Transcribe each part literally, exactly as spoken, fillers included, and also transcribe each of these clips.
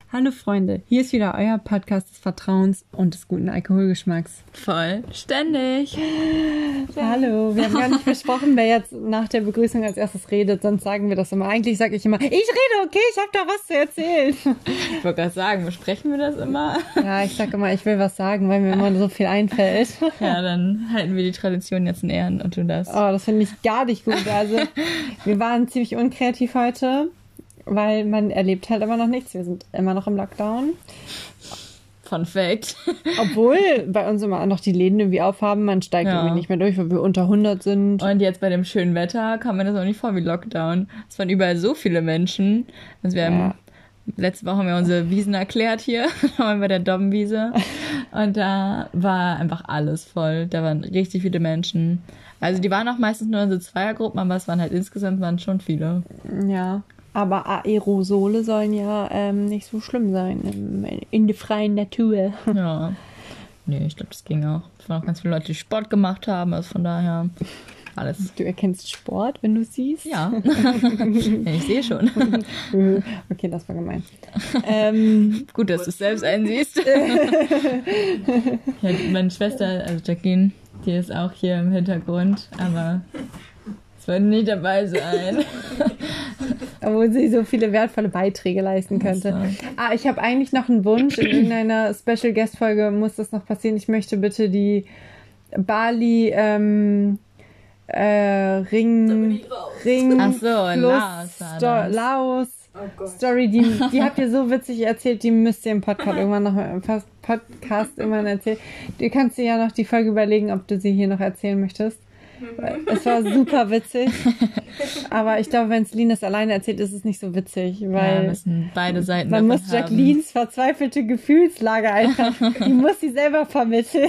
Hallo Freunde, hier ist wieder euer Podcast des Vertrauens und des guten Alkoholgeschmacks. Voll ständig. Hallo, wir haben gar nicht besprochen, wer jetzt nach der Begrüßung als erstes redet, sonst sagen wir das immer. Eigentlich sage ich immer, ich rede, okay, ich habe da was zu erzählen. Ich wollte gerade sagen, besprechen wir das immer? Ja, ich sage immer, ich will was sagen, weil mir immer so viel einfällt. Ja, dann halten wir die Tradition jetzt in Ehren und tun das. Oh, das finde ich gar nicht gut. Also, wir waren ziemlich unkreativ heute. Weil man erlebt halt immer noch nichts. Wir sind immer noch im Lockdown. Fun Fact. Obwohl bei uns immer noch die Läden irgendwie aufhaben. Man steigt ja. irgendwie nicht mehr durch, weil wir unter hundert sind. Und jetzt bei dem schönen Wetter kam mir das auch nicht vor wie Lockdown. Es waren überall so viele Menschen. Also wir ja. haben, letzte Woche haben wir unsere Wiesen erklärt hier. Da waren wir bei der Dobbenwiese. Und da war einfach alles voll. Da waren richtig viele Menschen. Also die waren auch meistens nur in so Zweiergruppen, aber es waren halt insgesamt waren schon viele. Ja. Aber Aerosole sollen ja ähm, nicht so schlimm sein im, in der freien Natur. Ja. Nee, ich glaube, das ging auch. Es waren auch ganz viele Leute, die Sport gemacht haben. Also von daher alles. Du erkennst Sport, wenn du siehst? Ja. Ja, ich sehe schon. Okay, das war gemein. ähm, Gut, dass du es selbst einsiehst. Ja, meine Schwester, also Jacqueline, die ist auch hier im Hintergrund, aber es wird nicht dabei sein. Obwohl sie so viele wertvolle Beiträge leisten könnte. So. Ah, ich habe eigentlich noch einen Wunsch. In irgendeiner Special Guest Folge muss das noch passieren. Ich möchte bitte die Bali ähm, äh, Ring Ring Ach so, Fluss, Laos, Sto- Laos oh Story, die, die habt ihr so witzig erzählt, die müsst ihr im Podcast irgendwann noch im Podcast irgendwann erzählen. Du kannst dir ja noch die Folge überlegen, ob du sie hier noch erzählen möchtest. Es war super witzig, aber ich glaube, wenn es Lin das alleine erzählt, ist es nicht so witzig, weil ja, müssen beide Seiten man muss Jacquelines verzweifelte Gefühlslage einfach, die muss sie selber vermitteln.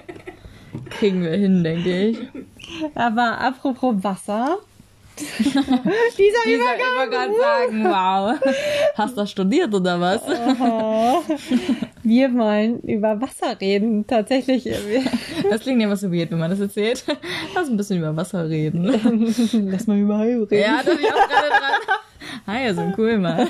Kriegen wir hin, denke ich. Aber apropos Wasser, dieser, Dieser Übergang, Übergang sagen, wow, hast du studiert oder was? Oh, wir wollen über Wasser reden, tatsächlich. Das klingt immer so weird, wenn man das erzählt. Lass ein bisschen über Wasser reden. Lass mal über Haie reden. Ja, da bin ich auch gerade dran. Haie sind cool, Mann.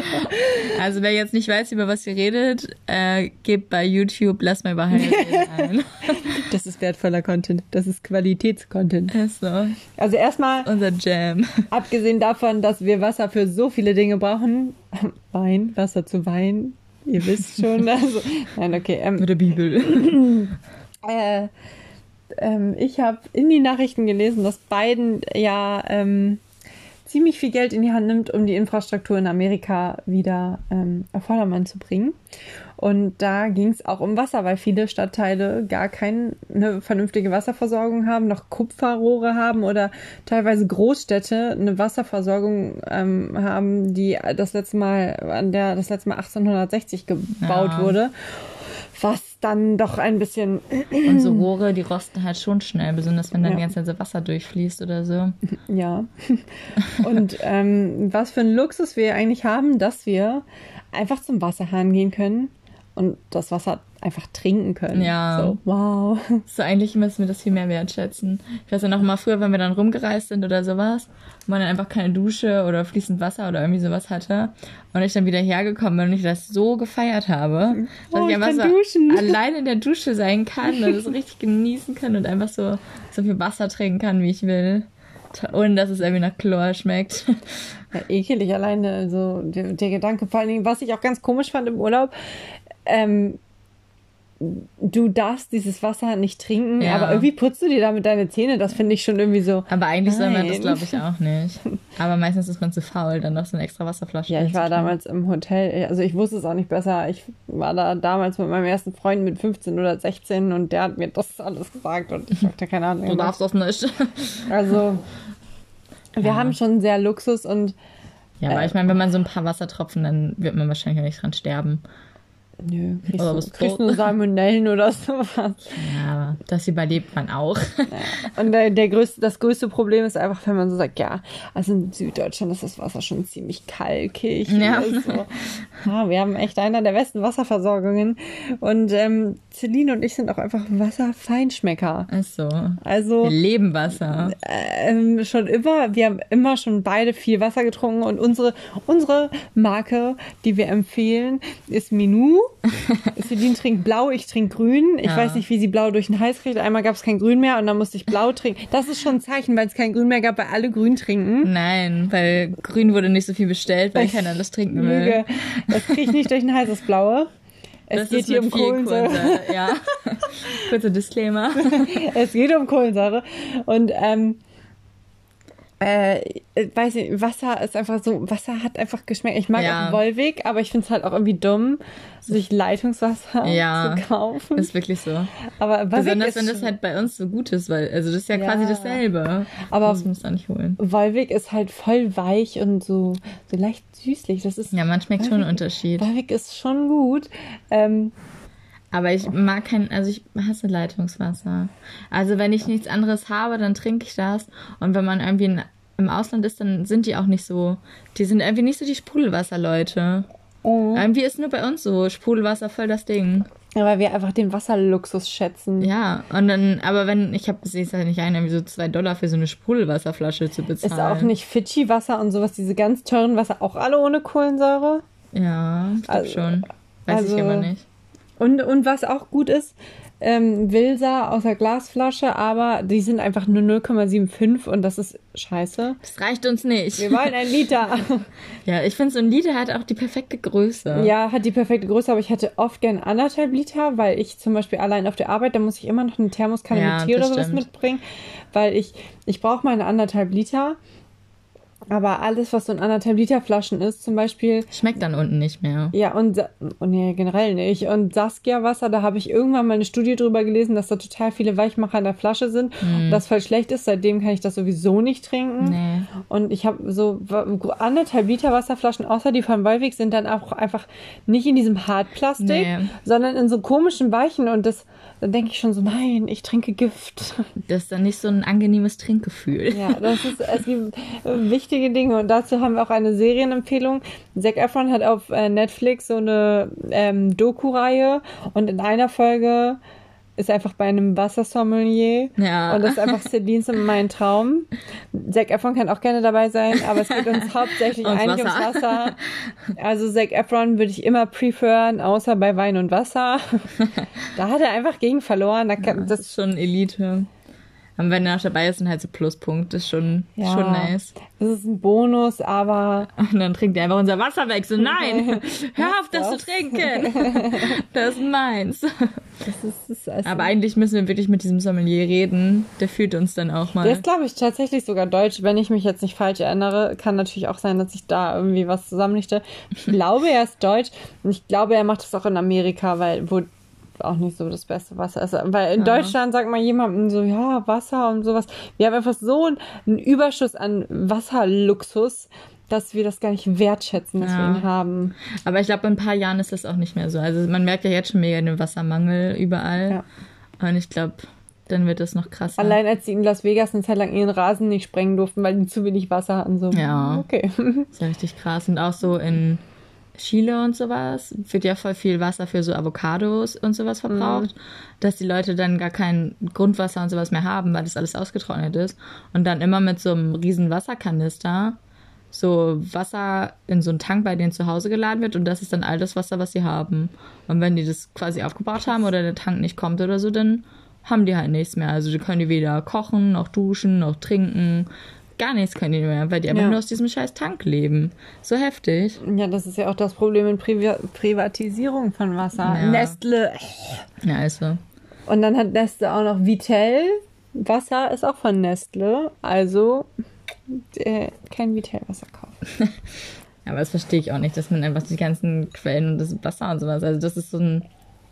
Also wer jetzt nicht weiß, über was ihr redet, äh, gebt bei YouTube Lass mal über Haie reden ein. Das ist wertvoller Content. Das ist Qualitätscontent. Ist so. Also erstmal unser Jam. Abgesehen davon, dass wir Wasser für so viele Dinge brauchen. Wein, Wasser zu Wein. Ihr wisst schon. Also, nein, okay. Ähm, Mit der Bibel. äh, ähm, ich habe in die Nachrichten gelesen, dass Biden ja ähm, ziemlich viel Geld in die Hand nimmt, um die Infrastruktur in Amerika wieder ähm, auf Vordermann zu bringen. Und da ging es auch um Wasser, weil viele Stadtteile gar keine vernünftige Wasserversorgung haben, noch Kupferrohre haben oder teilweise Großstädte eine Wasserversorgung ähm, haben, die das letzte Mal, an der das letzte Mal achtzehnhundertsechzig gebaut ja. wurde. Was dann doch ein bisschen... Und so Rohre, die rosten halt schon schnell, besonders wenn dann ja. die ganze Zeit so Wasser durchfließt oder so. Ja. Und ähm, was für ein Luxus wir eigentlich haben, dass wir einfach zum Wasserhahn gehen können und das Wasser einfach trinken können. Ja. So, wow. So, eigentlich müssen wir das viel mehr wertschätzen. Ich weiß ja noch mal früher, wenn wir dann rumgereist sind oder sowas, wo man dann einfach keine Dusche oder fließend Wasser oder irgendwie sowas hatte und ich dann wieder hergekommen bin und ich das so gefeiert habe, oh, dass ich, ich einfach so duschen. alleine in der Dusche sein kann und es richtig genießen kann und einfach so, so viel Wasser trinken kann, wie ich will. Und dass es irgendwie nach Chlor schmeckt. Ja, ekelig alleine, also der, der Gedanke, vor allen Dingen, was ich auch ganz komisch fand im Urlaub, ähm, du darfst dieses Wasser nicht trinken, ja. aber irgendwie putzt du dir damit deine Zähne, das finde ich schon irgendwie so. Aber eigentlich nein. soll man das, glaube ich, auch nicht. Aber meistens ist man zu faul, dann noch so eine extra Wasserflasche. Ja, ich war damals im Hotel, also ich wusste es auch nicht besser. Ich war da damals mit meinem ersten Freund mit fünfzehn oder sechzehn und der hat mir das alles gesagt und ich hatte keine Ahnung. Du darfst das nicht. Also, wir ja. haben schon sehr Luxus und... Ja, aber äh, ich meine, wenn man so ein paar Wasser tropfen, dann wird man wahrscheinlich auch nicht dran sterben. Nö, kriegst, Oder du, was kriegst tot. nur Salmonellen oder sowas. Ja, aber das überlebt man auch. Ja. Und der, der größte, das größte Problem ist einfach, wenn man so sagt, ja, also in Süddeutschland ist das Wasser schon ziemlich kalkig. Ja. So. Ja, wir haben echt einer der besten Wasserversorgungen. Und ähm, Celine und ich sind auch einfach Wasserfeinschmecker. Ist so. Also Wir leben Wasser. ähm, schon immer, wir haben immer schon beide viel Wasser getrunken und unsere, unsere Marke, die wir empfehlen, ist Minou. Celine trinkt blau, ich trinke grün. Ich Ja. weiß nicht, wie sie blau durch den Hals kriegt. Einmal gab es kein Grün mehr und dann musste ich blau trinken. Das ist schon ein Zeichen, weil es kein Grün mehr gab, weil alle grün trinken. Nein, weil grün wurde nicht so viel bestellt, weil keiner das trinken will. Lüge. Das kriege ich nicht durch den Hals, das Blaue. Es Das geht ist hier mit um viel Kohlensäure. Kohlensäure. Ja. Kurzer Disclaimer. Es geht um Kohlensäure. Und ähm, äh, weiß nicht, Wasser ist einfach so, Wasser hat einfach geschmeckt. Ich mag Ja. auch Wolwig, aber ich finde es halt auch irgendwie dumm, sich Leitungswasser Ja. zu kaufen. Ist wirklich so. Aber Wolwig Besonders ist wenn das schon- halt bei uns so gut ist, weil, also das ist ja, Ja. quasi dasselbe. Aber- Das muss man nicht holen. Wolwig ist halt voll weich und so, so leicht süßlich. Das ist, Ja, man schmeckt schon einen Wolwig- Unterschied. Wolwig ist schon gut. Ähm, Aber ich mag kein, also ich hasse Leitungswasser. Also wenn ich nichts anderes habe, dann trinke ich das. Und wenn man irgendwie in, im Ausland ist, dann sind die auch nicht so, die sind irgendwie nicht so die Sprudelwasserleute. oh. Irgendwie ist nur bei uns so Sprudelwasser voll das Ding. Ja, weil wir einfach den Wasserluxus schätzen. Ja, und dann, aber wenn, ich habe, sehe es halt nicht ein, irgendwie so zwei Dollar für so eine Sprudelwasserflasche zu bezahlen. Ist auch nicht Fidschi-Wasser und sowas, diese ganz teuren Wasser, auch alle ohne Kohlensäure. Ja, ich glaube Also- schon. Weiß also- ich aber nicht. Und, und was auch gut ist, ähm, Wilsa aus der Glasflasche, aber die sind einfach nur null Komma fünfundsiebzig und das ist scheiße. Das reicht uns nicht. Wir wollen ein Liter. Ja, ich finde, so ein Liter hat auch die perfekte Größe. Ja, hat die perfekte Größe, aber ich hätte oft gern anderthalb Liter, weil ich zum Beispiel allein auf der Arbeit, da muss ich immer noch eine Thermoskanne Ja, mit Tee oder das sowas stimmt. mitbringen, weil ich, ich brauche meine anderthalb Liter. Aber alles, was so in anderthalb Liter Flaschen ist, zum Beispiel, Schmeckt dann unten nicht mehr. ja, und, Sa- und nee, generell nicht. Und Saskia-Wasser, da habe ich irgendwann mal eine Studie drüber gelesen, dass da total viele Weichmacher in der Flasche sind. Und das voll schlecht ist. Seitdem kann ich das sowieso nicht trinken. Nee. Und ich habe so wa- anderthalb Liter Wasserflaschen, außer die von Wolwig, sind dann auch einfach nicht in diesem Hartplastik, Nee. sondern in so komischen Weichen. Und das, dann denke ich schon so, nein, ich trinke Gift. Das ist dann nicht so ein angenehmes Trinkgefühl. Ja, das ist, es gibt äh, wichtige Dinge und dazu haben wir auch eine Serienempfehlung. Zac Efron hat auf äh, Netflix so eine ähm, Doku-Reihe und in einer Folge ist einfach bei einem Wassersommelier Ja. und das ist einfach Celines und mein Traum. Zac Efron kann auch gerne dabei sein, aber es geht uns hauptsächlich Ums eigentlich ums Wasser. Wasser. Also Zac Efron würde ich immer preferen, außer bei Wein und Wasser. Da hat er einfach gegen verloren. Da kann, Das das ist schon Elite. Und wenn er noch dabei ist, dann halt so Pluspunkt. Das ist schon, Ja. schon nice. Das ist ein Bonus, aber Und dann trinkt er einfach unser Wasser weg. So, nein, hör auf, das zu das? trinken. Das ist meins. das ist, das ist also, Aber eigentlich müssen wir wirklich mit diesem Sommelier reden. Der fühlt uns dann auch mal. der ist, glaube ich, tatsächlich sogar deutsch, wenn ich mich jetzt nicht falsch erinnere. Kann natürlich auch sein, dass ich da irgendwie was zusammenlichte. Ich glaube, er ist deutsch und ich glaube, er macht das auch in Amerika, weil wo auch nicht so das beste Wasser ist. Weil in Ja. Deutschland sagt man jemandem so, ja, Wasser und sowas. Wir haben einfach so einen, einen Überschuss an Wasserluxus, dass wir das gar nicht wertschätzen, dass Ja. wir ihn haben. Aber ich glaube, in ein paar Jahren ist das auch nicht mehr so. Also man merkt ja jetzt schon mega den Wassermangel überall. Ja. Und ich glaube, dann wird das noch krasser. Allein als sie in Las Vegas eine Zeit lang ihren Rasen nicht sprengen durften, weil die zu wenig Wasser hatten. So, Ja. okay. Das ist ja richtig krass. Und auch so in Chile und sowas wird ja voll viel Wasser für so Avocados und sowas verbraucht, dass die Leute dann gar kein Grundwasser und sowas mehr haben, weil das alles ausgetrocknet ist. Und dann immer mit so einem riesen Wasserkanister so Wasser in so einen Tank bei denen zu Hause geladen wird und das ist dann all das Wasser, was sie haben. Und wenn die das quasi aufgebraucht haben oder der Tank nicht kommt oder so, dann haben die halt nichts mehr. Also die können die weder kochen, noch duschen, noch trinken. Gar nichts können die mehr, weil die einfach Ja. nur aus diesem scheiß Tank leben. So heftig. Ja, das ist ja auch das Problem mit Priva Privatisierung von Wasser. Ja. Nestle. Ja, also. Und dann hat Nestle auch noch Vitell. Wasser ist auch von Nestle. Also äh, kein Vitell-Wasser kaufen. Aber das verstehe ich auch nicht, dass man einfach die ganzen Quellen und das Wasser und sowas, also das ist so ein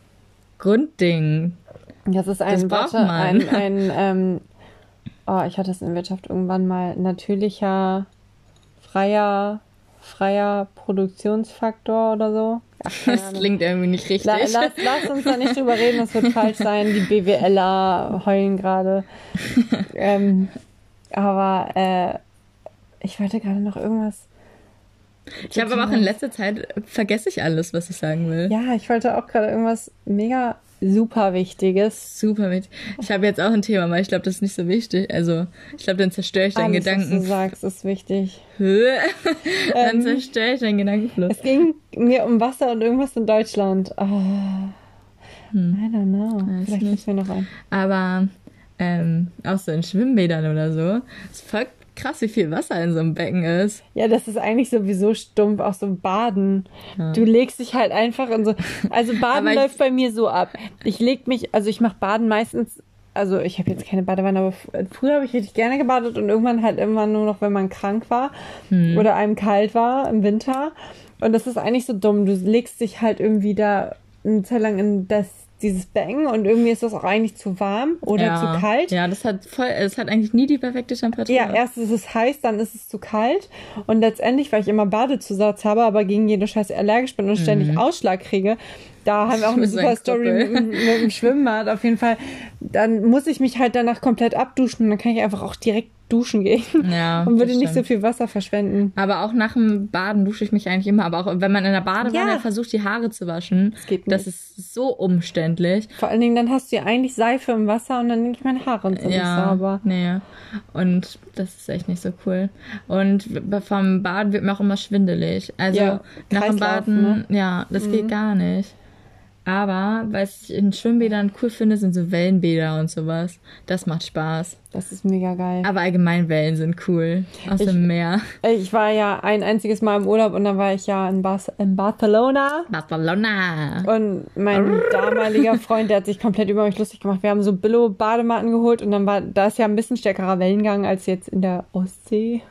Grundding. Das ist ein, Das braucht warte, man. ein, ein ähm, oh, ich hatte es in Wirtschaft irgendwann mal, natürlicher, freier, freier Produktionsfaktor oder so. Ach, keine Das Ahnung. klingt irgendwie nicht richtig. La, lass, lass uns da nicht drüber reden, das wird falsch sein. Die BWLer heulen gerade. ähm, aber äh, ich wollte gerade noch irgendwas. Ich habe aber auch in letzter Zeit vergesse ich alles, was ich sagen will. Ja, ich wollte auch gerade irgendwas mega super Wichtiges. Super wichtig. Ich habe jetzt auch ein Thema, weil ich glaube, das ist nicht so wichtig. Also, ich glaube, dann zerstöre ich deinen Alles, Gedanken. was du sagst, ist wichtig. Dann Ähm, zerstöre ich deinen Gedankenfluss. Es ging mir um Wasser und irgendwas in Deutschland. Oh, Hm. I don't know. Weiß Vielleicht nicht. fällt mir noch ein. Aber ähm, auch so in Schwimmbädern oder so, es ist voll krass, wie viel Wasser in so einem Becken ist. Ja, das ist eigentlich sowieso stumpf, auch so Baden. Ja. Du legst dich halt einfach in so. Also Baden Aber ich- läuft bei mir so ab. Ich leg mich, also ich mache Baden meistens, also ich habe jetzt keine Badewanne, aber f- früher habe ich richtig gerne gebadet und irgendwann halt immer nur noch, wenn man krank war Hm. oder einem kalt war im Winter. Und das ist eigentlich so dumm. Du legst dich halt irgendwie da eine Zeit lang in das, dieses Becken und irgendwie ist das auch eigentlich zu warm oder ja. zu kalt. Ja, das hat voll, es hat eigentlich nie die perfekte Temperatur. Ja, erst ist es heiß, dann ist es zu kalt. Und letztendlich, weil ich immer Badezusatz habe, aber gegen jede Scheiße allergisch bin und ständig Ausschlag kriege, da haben wir auch eine Mit so super einem Story Koppel. mit, mit dem Schwimmbad. Auf jeden Fall, dann muss ich mich halt danach komplett abduschen und dann kann ich einfach auch direkt duschen gehen Ja, und würde das nicht so stimmt. viel Wasser verschwenden. Aber auch nach dem Baden dusche ich mich eigentlich immer. Aber auch wenn man in der Badewanne Ja. versucht, die Haare zu waschen, Das geht das nicht. ist so umständlich. Vor allen Dingen, dann hast du ja eigentlich Seife im Wasser und dann nehme ich meine Haare und so nicht Ja, sauber. nee. Und das ist echt nicht so cool. Und vom Baden wird mir auch immer schwindelig. Also Ja, nach dem Kreislauf, Baden, ne? ja, das geht gar nicht. Aber was ich in Schwimmbädern cool finde, sind so Wellenbäder und sowas. Das macht Spaß. Das ist mega geil. Aber allgemein Wellen sind cool. Aus Ich- dem Meer. Ich war ja ein einziges Mal im Urlaub und dann war ich ja in, Bar in Barcelona. Barcelona. Und mein damaliger Freund, der hat sich komplett über mich lustig gemacht. Wir haben so Billo-Badematten geholt und dann war, da ist ja ein bisschen stärkerer Wellengang als jetzt in der Ostsee.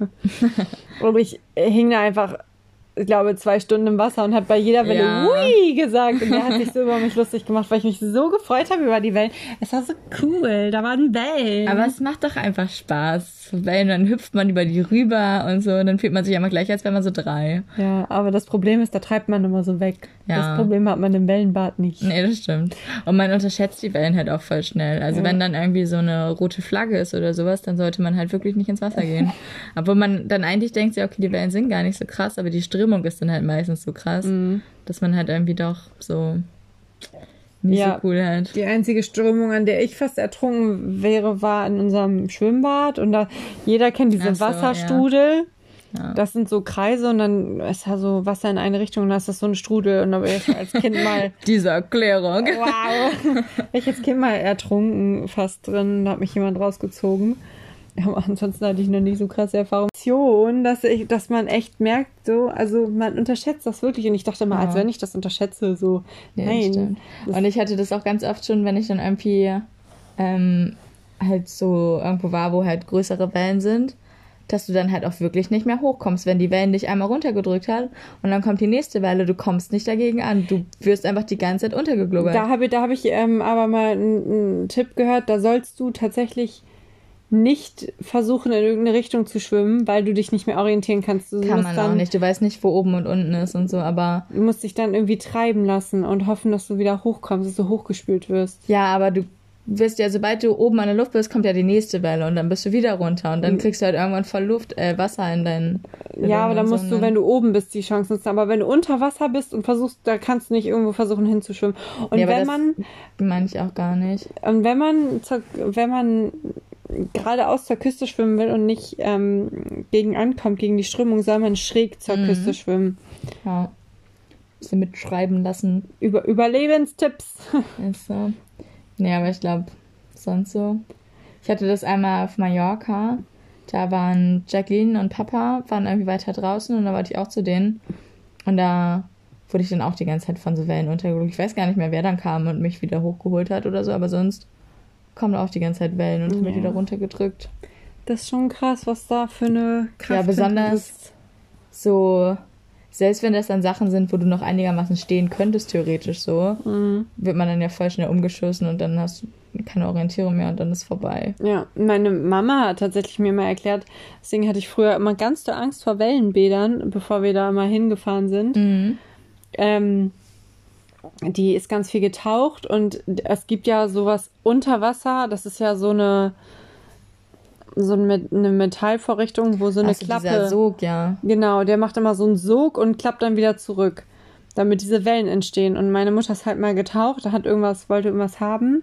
Und ich hing da einfach, ich glaube, zwei Stunden im Wasser und hat bei jeder Welle Ja. Hui gesagt. Und der hat sich so über mich lustig gemacht, weil ich mich so gefreut habe über die Wellen. Es war so cool, da waren Wellen. Aber es macht doch einfach Spaß. Wellen, dann hüpft man über die rüber und so. Und dann fühlt man sich immer gleich, als wäre man so drei. Ja, aber das Problem ist, da treibt man immer so weg. Ja. Das Problem hat man im Wellenbad nicht. Nee, das stimmt. Und man unterschätzt die Wellen halt auch voll schnell. Also Ja. wenn dann irgendwie so eine rote Flagge ist oder sowas, dann sollte man halt wirklich nicht ins Wasser gehen. Obwohl man dann eigentlich denkt, ja, okay, die Wellen sind gar nicht so krass, aber die Strömung ist dann halt meistens so krass, Mhm. dass man halt irgendwie doch so nicht Ja. so cool halt. Die einzige Strömung, an der ich fast ertrunken wäre, war in unserem Schwimmbad. Und da jeder kennt diese Ach so, Wasserstrudel. Ja. Das sind so Kreise und dann ist da so Wasser in eine Richtung und dann ist das so ein Strudel. Und da bin ich als Kind mal, Diese Erklärung. wow, bin ich als Kind mal ertrunken fast drin. Da hat mich jemand rausgezogen. Ja, aber ansonsten hatte ich noch nicht so krasse Erfahrungen, dass ich, dass man echt merkt, so, also man unterschätzt das wirklich. Und ich dachte mal, Ja. als wenn ich das unterschätze, so, Ja, nein. stimmt. Und ich hatte das auch ganz oft schon, wenn ich dann irgendwie ähm, halt so irgendwo war, wo halt größere Wellen sind, dass du dann halt auch wirklich nicht mehr hochkommst, wenn die Wellen dich einmal runtergedrückt hat und dann kommt die nächste Welle, du kommst nicht dagegen an, du wirst einfach die ganze Zeit untergeglubbert. Da habe da hab ich ähm, aber mal einen, einen Tipp gehört, da sollst du tatsächlich nicht versuchen, in irgendeine Richtung zu schwimmen, weil du dich nicht mehr orientieren kannst. Du Kann musst man dann, auch nicht, du weißt nicht, wo oben und unten ist und so, aber Du musst dich dann irgendwie treiben lassen und hoffen, dass du wieder hochkommst, dass du hochgespült wirst. ja, aber du wirst ja, sobald du oben an der Luft bist, kommt ja die nächste Welle und dann bist du wieder runter und dann kriegst du halt irgendwann voll Luft, äh, Wasser in deinen Ja, aber dann und musst so, du, ne? wenn du oben bist, die Chance nutzen. Aber wenn du unter Wasser bist und versuchst, da kannst du nicht irgendwo versuchen hinzuschwimmen. Und Ja, aber wenn das man, meine ich auch gar nicht. und wenn man, zur, wenn man geradeaus zur Küste schwimmen will und nicht ähm, gegen ankommt, gegen die Strömung, soll man schräg zur Mhm. Küste schwimmen. Ja. Bisschen mitschreiben lassen. Über Überlebenstipps. Ist so. Nee, aber ich glaube, sonst so. Ich hatte das einmal auf Mallorca. Da waren Jacqueline und Papa, waren irgendwie weiter draußen und da wollte ich auch zu denen. Und da wurde ich dann auch die ganze Zeit von so Wellen untergeholt. Ich weiß gar nicht mehr, wer dann kam und mich wieder hochgeholt hat oder so, aber sonst kommen da auch die ganze Zeit Wellen und haben mich Ja. wieder runtergedrückt. Das ist schon krass, was da für eine Kraft Ja, besonders hinten ist. so, selbst wenn das dann Sachen sind, wo du noch einigermaßen stehen könntest, theoretisch so, Mhm. wird man dann ja voll schnell umgeschossen und dann hast du keine Orientierung mehr und dann ist vorbei. Ja, meine Mama hat tatsächlich mir mal erklärt, deswegen hatte ich früher immer ganz doll Angst vor Wellenbädern, bevor wir da mal hingefahren sind. Mhm. ähm, die ist ganz viel getaucht und es gibt ja sowas unter Wasser, das ist ja so eine so eine Metallvorrichtung, wo so eine Ach so, Klappe... dieser Sog, ja. Genau, der macht immer so einen Sog und klappt dann wieder zurück, damit diese Wellen entstehen. Und meine Mutter ist halt mal getaucht, da hat irgendwas, wollte irgendwas haben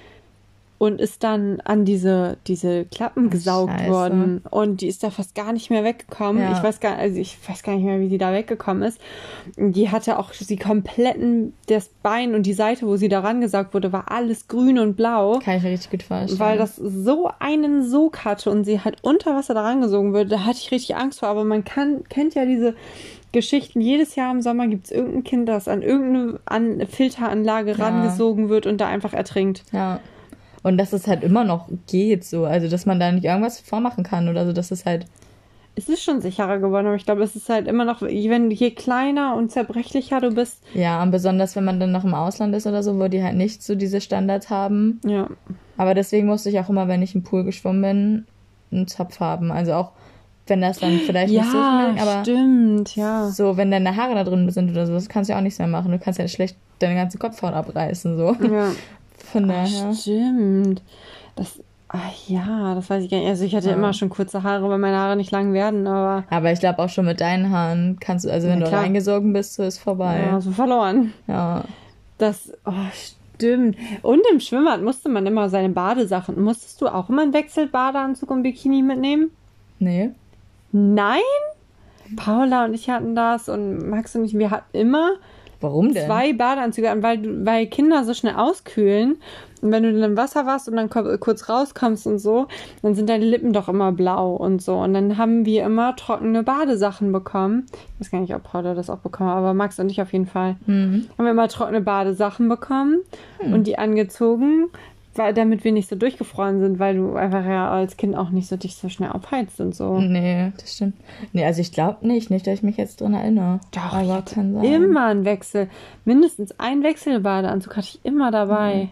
und ist dann an diese, diese Klappen Ach, gesaugt Scheiße. worden. Und die ist da fast gar nicht mehr weggekommen. Ja. Ich weiß gar, also ich weiß gar nicht mehr, wie sie da weggekommen ist. Und die hatte auch die kompletten, das Bein und die Seite, wo sie da rangesaugt wurde, war alles grün und blau. Kann ich mir richtig gut vorstellen. Weil das so einen Sog hatte und sie halt unter Wasser da rangesogen würde, da hatte ich richtig Angst vor. Aber man kann, kennt ja diese Geschichten. Jedes Jahr im Sommer gibt es irgendein Kind, das an irgendeine an Filteranlage Ja. rangesogen wird und da einfach ertrinkt. Ja. Und dass es halt immer noch geht so. Also, dass man da nicht irgendwas vormachen kann oder so. Das ist halt... Es ist schon sicherer geworden, aber ich glaube, es ist halt immer noch, wenn je kleiner und zerbrechlicher du bist. Ja, und besonders, wenn man dann noch im Ausland ist oder so, wo die halt nicht so diese Standards haben. Ja. Aber deswegen musste ich auch immer, wenn ich im Pool geschwommen bin, einen Zopf haben. Also auch, wenn das dann vielleicht nicht so Ja, viel, aber stimmt, ja. so, wenn deine Haare da drin sind oder so, das kannst du ja auch nichts mehr machen. Du kannst ja schlecht deine ganze Kopfhaut abreißen, so. Ja. Von Ach, daher. stimmt. Das, ach ja, das weiß ich gar nicht. Also ich hatte Ja. immer schon kurze Haare, weil meine Haare nicht lang werden, aber Aber ich glaube auch schon mit deinen Haaren kannst du, also wenn Ja, du klar. reingesogen bist, so ist vorbei. ja, so verloren. Ja. Das, oh, stimmt. Und im Schwimmbad musste man immer seine Badesachen. Musstest du auch immer einen Wechselbadeanzug und Bikini mitnehmen? Nee. Nein? Paula und ich hatten das und Max und ich, wir hatten immer Warum denn? zwei Badeanzüge an, weil, du- weil Kinder so schnell auskühlen. Und wenn du dann im Wasser warst und dann ko- kurz rauskommst und so, dann sind deine Lippen doch immer blau und so. Und dann haben wir immer trockene Badesachen bekommen. Ich weiß gar nicht, ob Paula das auch bekommen hat, aber Max und ich auf jeden Fall. Mhm. Haben wir immer trockene Badesachen bekommen und die angezogen, weil, damit wir nicht so durchgefroren sind, weil du einfach ja als Kind auch nicht so dich so schnell aufheizt und so. Nee, das stimmt. Nee, also ich glaube nicht. Nicht, dass ich mich jetzt dran erinnere. Doch, aber ich hatte kann sein. immer einen Wechsel. Mindestens einen Wechselbadeanzug hatte ich immer dabei.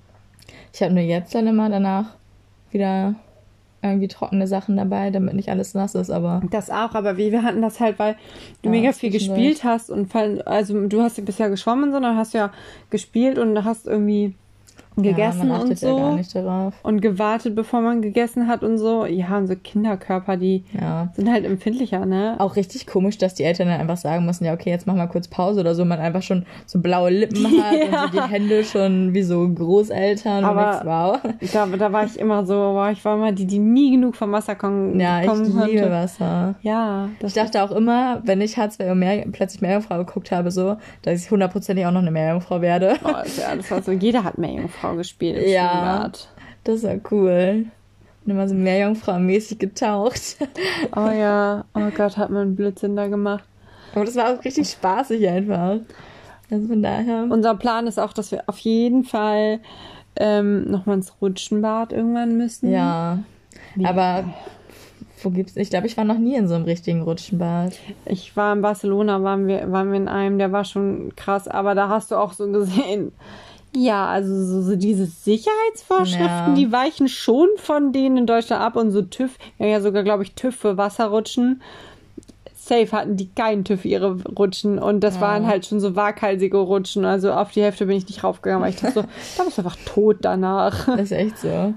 Ich habe nur jetzt dann immer danach wieder irgendwie trockene Sachen dabei, damit nicht alles nass ist, aber Das auch, aber wie wir hatten das halt, weil du Ja, mega viel zwischendurch. gespielt hast und fall- also du hast ja bisher geschwommen, sondern hast ja gespielt und hast irgendwie gegessen ja, man achtet und so ja gar nicht darauf. und gewartet, bevor man gegessen hat und so. Ja, und so Kinderkörper, die Ja. sind halt empfindlicher, ne? Auch richtig komisch, dass die Eltern dann einfach sagen müssen, ja, okay, jetzt mach mal kurz Pause oder so, man einfach schon so blaue Lippen hat Ja. und so die Hände schon wie so Großeltern Aber- und nichts, wow. Da, da war ich immer so, boah, ich war immer die, die nie genug vom Wasser kommen, Ja, ich kommen konnte. liebe Wasser. Ja, das Ich dachte auch immer, wenn ich H zwei und mehr, plötzlich Meerjungfrau geguckt habe, so, dass ich hundertprozentig auch noch eine Meerjungfrau werde. oh, das, ja, das war so, jeder hat Meerjungfrau gespielt im Ja. Schwimmbad. Das war cool. Und immer so Meerjungfrau-mäßig getaucht. Oh ja, oh Gott, hat man einen Blödsinn da gemacht. Aber das war auch richtig spaßig einfach. Also von daher. Unser Plan ist auch, dass wir auf jeden Fall ähm, nochmal ins Rutschenbad irgendwann müssen. Ja. Wie- Aber wo gibt's. Ich glaube, ich war noch nie in so einem richtigen Rutschenbad. Ich war in Barcelona, waren wir, waren wir in einem, der war schon krass, aber da hast du auch so gesehen, ja, also so, so diese Sicherheitsvorschriften, Ja. die weichen schon von denen in Deutschland ab und so TÜV, ja, ja sogar, glaube ich, TÜV für Wasserrutschen. Safe hatten die keinen TÜV für ihre Rutschen und das Ja. waren halt schon so waghalsige Rutschen, also auf die Hälfte bin ich nicht raufgegangen, weil ich dachte so, da bist du einfach tot danach. Das ist echt so.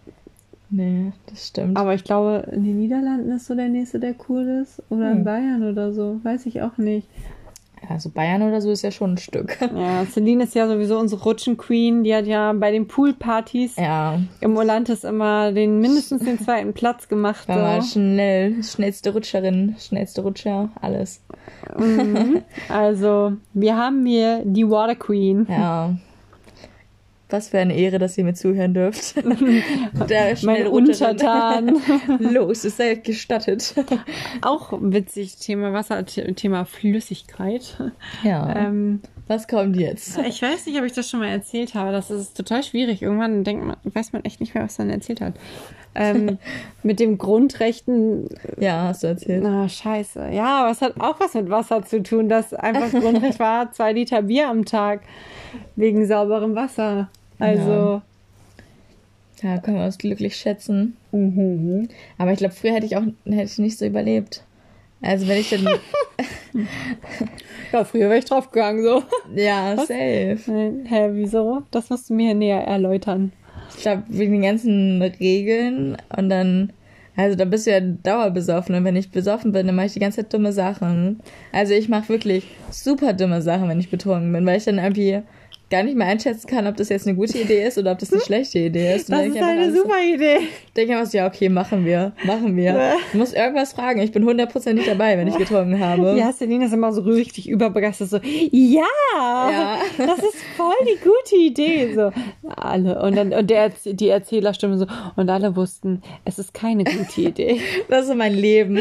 Nee, das stimmt. Aber ich glaube, in den Niederlanden ist so der nächste, der cool ist. Oder in Hm. Bayern oder so. Weiß ich auch nicht. Also Bayern oder so ist ja schon ein Stück. Ja, Celine ist ja sowieso unsere Rutschen-Queen. Die hat ja bei den Poolpartys Ja, im Olantis immer den mindestens den zweiten Platz gemacht. war mal So. schnell. Schnellste Rutscherin, schnellste Rutscher, alles. Mhm. Also, wir haben hier die Water Queen. Ja. Was für eine Ehre, dass ihr mir zuhören dürft. Der Mein schnelle Untertan. Rutscherin. Los, es sei gestattet. Auch witzig, Thema Wasser, Thema Flüssigkeit. Ja. Ähm, Was kommt jetzt? ich weiß nicht, ob ich das schon mal erzählt habe. Das ist total schwierig. Irgendwann denkt man, weiß man echt nicht mehr, was man erzählt hat. Ähm, mit dem Grundrechten. Ja, hast du erzählt. Na, scheiße. Ja, aber es hat auch was mit Wasser zu tun, dass einfach das Grundrecht war, zwei Liter Bier am Tag wegen sauberem Wasser. Also. Ja, können wir uns glücklich schätzen. Mhm. Aber ich glaube, früher hätte ich auch hätte ich nicht so überlebt. Also wenn ich dann... Ja, früher wäre ich draufgegangen, so. Ja, Was? safe. Hä, wieso? Das musst du mir näher erläutern. Ich glaube, wegen den ganzen Regeln und dann... Also da bist du ja dauerbesoffen und wenn ich besoffen bin, dann mache ich die ganze Zeit dumme Sachen. Also ich mache wirklich super dumme Sachen, wenn ich betrunken bin, weil ich dann irgendwie gar nicht mehr einschätzen kann, ob das jetzt eine gute Idee ist oder ob das eine schlechte Idee ist. Und Das ist eine super Idee. Ich denke einfach so, ja, okay, machen wir, machen wir. Du musst irgendwas fragen. Ich bin hundertprozentig dabei, wenn ich getrunken habe. Ja, Celine ist immer so richtig überbegeistert, so, ja, Ja. das ist voll die gute Idee. So, alle. Und dann und der, die Erzählerstimme so, und alle wussten, es ist keine gute Idee. Das ist so mein Leben.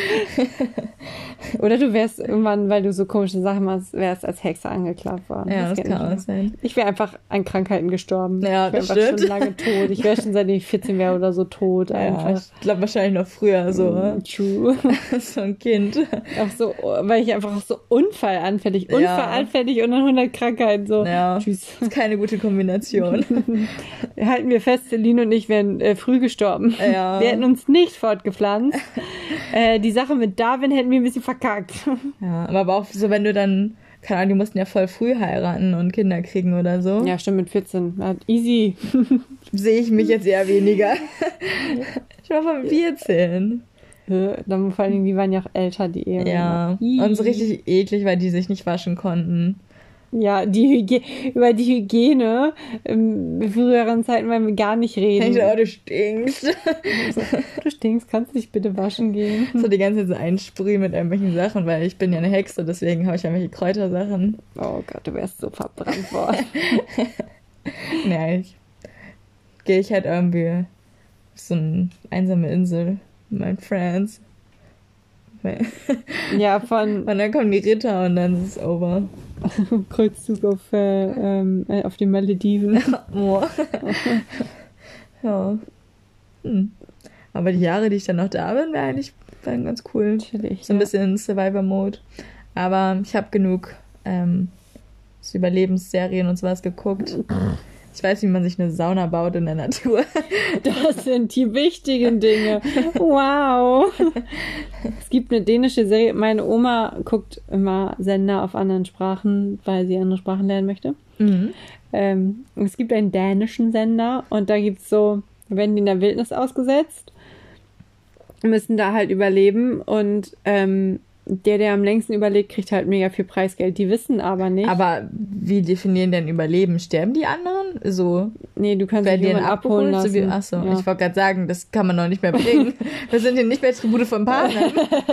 Oder du wärst irgendwann, weil du so komische Sachen machst, wärst als Hexe angeklagt worden. Ja, das, geht kann nicht auch sein. Ich wäre einfach an Krankheiten gestorben. Ja, ich wäre das einfach stimmt. schon lange tot. Ich wäre schon seitdem ich vierzehn wäre oder so tot. Ja, Einfach. ich glaube wahrscheinlich noch früher so. True. So ein Kind. Auch so, weil ich einfach auch so unfallanfällig, Ja. unfallanfällig und dann hundert Krankheiten so. Ja, Tschüss. das ist keine gute Kombination. Halten wir fest, Celine und ich wären äh, früh gestorben. Ja. Wir hätten uns nicht fortgepflanzt. äh, die Sache mit Darwin hätten wir ein bisschen verkackt. Ja, aber auch so, wenn du dann, keine Ahnung, die mussten ja voll früh heiraten und Kinder kriegen oder so. Ja, stimmt, mit vierzehn. Ja, easy. Sehe ich mich jetzt eher weniger. Ich war von vierzehn. Äh, Dann vor allen Dingen, die waren ja auch älter, die Ehe. Ja, und so richtig eklig, weil die sich nicht waschen konnten. Ja, die Hygiene, über die Hygiene in früheren Zeiten wollen wir gar nicht reden. Ich dachte, oh, du stinkst. Du stinkst, kannst du dich bitte waschen gehen? So die ganze Zeit so einsprühen mit irgendwelchen Sachen, weil ich bin ja eine Hexe, deswegen habe ich ja irgendwelche Kräutersachen. Oh Gott, du wärst so verbrannt worden. Naja, ich gehe ich halt irgendwie auf so eine einsame Insel mit meinen Friends. Ja, von Und dann kommen die Ritter und dann ist es over. Kreuzzug auf, äh, ähm, äh, auf den Malediven. Oh. Ja. Hm. Aber die Jahre, die ich dann noch da bin, wären eigentlich wären ganz cool. Natürlich. So ein ja. bisschen Survivor-Mode. Aber ich habe genug ähm, so Überlebensserien und sowas geguckt. Ich weiß, wie man sich eine Sauna baut in der Natur. Das sind die wichtigen Dinge. Wow. Es gibt eine dänische Serie. Meine Oma guckt immer Sender auf anderen Sprachen, weil sie andere Sprachen lernen möchte. Mhm. Ähm, es gibt einen dänischen Sender und da gibt es so, werden die in der Wildnis ausgesetzt, müssen da halt überleben und ähm, der, der am längsten überlebt, kriegt halt mega viel Preisgeld. Die wissen aber nicht. Aber wie definieren denn Überleben? Sterben die anderen? So, nee, du kannst werden dich die jemanden abholen abgeholt? So wie, lassen. achso, Ja. ich wollte gerade sagen, das kann man noch nicht mehr bringen. Wir sind hier nicht mehr Tribute von Partnern.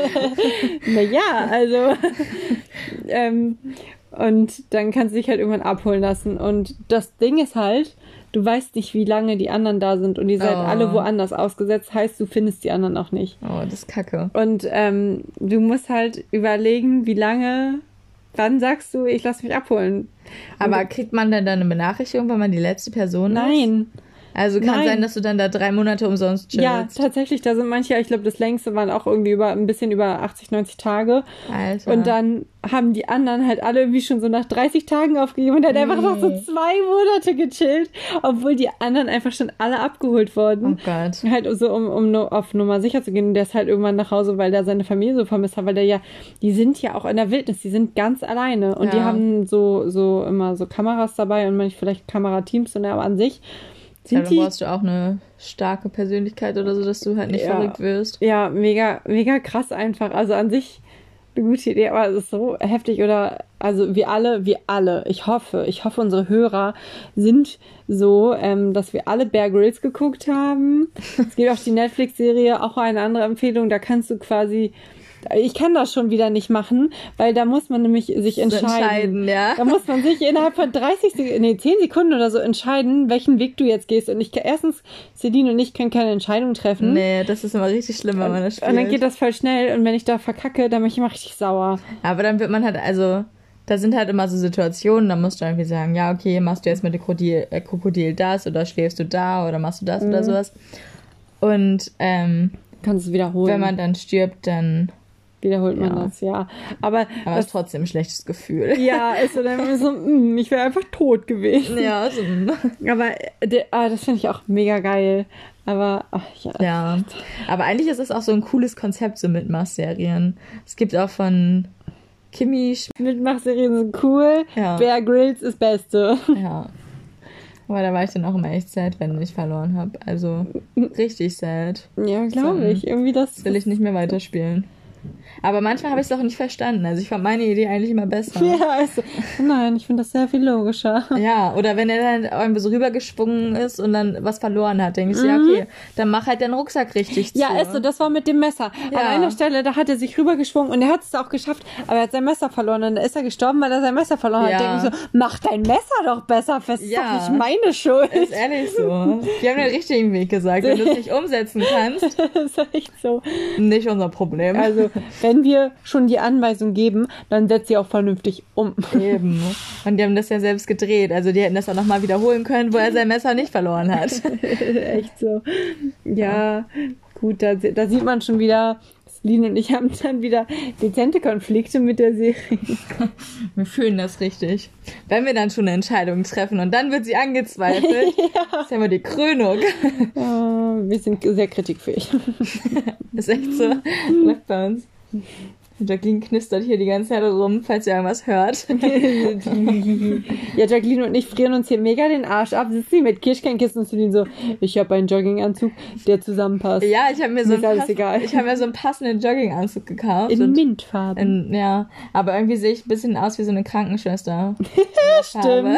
Naja, also ähm, und dann kannst du dich halt irgendwann abholen lassen. Und das Ding ist halt, du weißt nicht, wie lange die anderen da sind und die seid Oh. alle woanders ausgesetzt, heißt, du findest die anderen auch nicht. Oh, das ist kacke. Und ähm, du musst halt überlegen, wie lange, wann sagst du, ich lass mich abholen. Aber kriegt man denn dann eine Benachrichtigung, wenn man die letzte Person ist? Nein. Also kann Nein. sein, dass du dann da drei Monate umsonst chillst. Ja, tatsächlich, da sind manche, ich glaube, das längste waren auch irgendwie über ein bisschen über achtzig, neunzig Tage. Alter. Und dann haben die anderen halt alle irgendwie schon so nach dreißig Tagen aufgegeben und hat einfach noch so zwei Monate gechillt, obwohl die anderen einfach schon alle abgeholt wurden. Oh Gott. Halt so, um, um nur auf Nummer sicher zu gehen. Und der ist halt irgendwann nach Hause, weil der seine Familie so vermisst hat, weil der ja, die sind ja auch in der Wildnis, die sind ganz alleine. Und Ja. die haben so, so immer so Kameras dabei und manchmal vielleicht Kamerateams und aber an sich Ja, sind dann die. brauchst du auch eine starke Persönlichkeit oder so, dass du halt nicht Ja. verrückt wirst. Ja, mega, mega krass einfach. Also an sich eine gute Idee, aber es ist so heftig. Oder, also wir alle, wir alle, ich hoffe, ich hoffe, unsere Hörer sind so, ähm, dass wir alle Bear Grylls geguckt haben. Es gibt auch die Netflix-Serie, auch eine andere Empfehlung, da kannst du quasi, ich kann das schon wieder nicht machen, weil da muss man nämlich sich entscheiden. entscheiden, ja. Da muss man sich innerhalb von dreißig Sekunden, nee, zehn Sekunden oder so entscheiden, welchen Weg du jetzt gehst. Und ich, erstens, Celine und ich können keine Entscheidung treffen. Nee, das ist immer richtig schlimm, wenn man das spielt. Und dann geht das voll schnell und wenn ich da verkacke, dann bin ich immer richtig sauer. Aber dann wird man halt, also, da sind halt immer so Situationen, da musst du irgendwie sagen, ja, okay, machst du jetzt mit dem Krokodil, äh, Krokodil das oder schläfst du da oder machst du das Mhm. oder sowas. Und ähm, Kannst du es wiederholen. wenn man dann stirbt, dann Wiederholt man Ja. das, ja. Aber, aber das, ist trotzdem ein schlechtes Gefühl. ja, ist so, dann immer so, mm, ich wäre einfach tot gewesen. Ja, so. Aber der, ah, das finde ich auch mega geil. Aber, ach ja. Ja, aber eigentlich ist es auch so ein cooles Konzept, so Mitmachserien. Es gibt auch von Kimi... Mitmachserien sind cool. Ja. Bear Grylls ist Beste. Ja. Aber da war ich dann auch immer echt sad, wenn ich verloren habe. Also richtig sad. Ja, glaube ich. Irgendwie das... Will ich nicht mehr weiterspielen. Aber manchmal habe ich es auch nicht verstanden. Also ich fand meine Idee eigentlich immer besser. Ja, also, nein, ich finde das sehr viel logischer. Ja, oder wenn er dann irgendwie so rübergesprungen ist und dann was verloren hat, denke ich so, ja, okay, dann mach halt deinen Rucksack richtig zu. Ja, ist so, das war mit dem Messer. Ja. An einer Stelle, da hat er sich rübergeschwungen und er hat es auch geschafft, aber er hat sein Messer verloren und dann ist er gestorben, weil er sein Messer verloren Ja. hat. Denke ich so, mach dein Messer doch besser fest, Ja. ist doch nicht meine Schuld. Ist ehrlich so. Die haben den richtigen Weg gesagt. Wenn du es nicht umsetzen kannst, Das ist echt so. nicht unser Problem. Also, wenn wir schon die Anweisung geben, dann setzt sie auch vernünftig um. Eben. Und die haben das ja selbst gedreht. Also die hätten das auch nochmal wiederholen können, wo er sein Messer nicht verloren hat. Echt so. Ja, gut, da, da sieht man schon wieder, Celine und ich haben dann wieder dezente Konflikte mit der Serie. Wir fühlen das richtig. Wenn wir dann schon eine Entscheidung treffen und dann wird sie angezweifelt, Ja. das ist ja immer die Krönung. Äh, wir sind sehr kritikfähig. Das ist echt so. Läuft bei uns. Jacqueline knistert hier die ganze Zeit rum, falls ihr irgendwas hört. Ja, Jacqueline und ich frieren uns hier mega den Arsch ab. Sitzen sie mit Kirschkernkissen und Celine so, ich habe einen Jogginganzug, der zusammenpasst. Ja, ich habe mir, so Mir einen ist alles pass- egal. ich hab mir so einen passenden Jogginganzug gekauft. In und Mintfarben. in, ja, aber irgendwie sehe ich ein bisschen aus wie so eine Krankenschwester. Stimmt.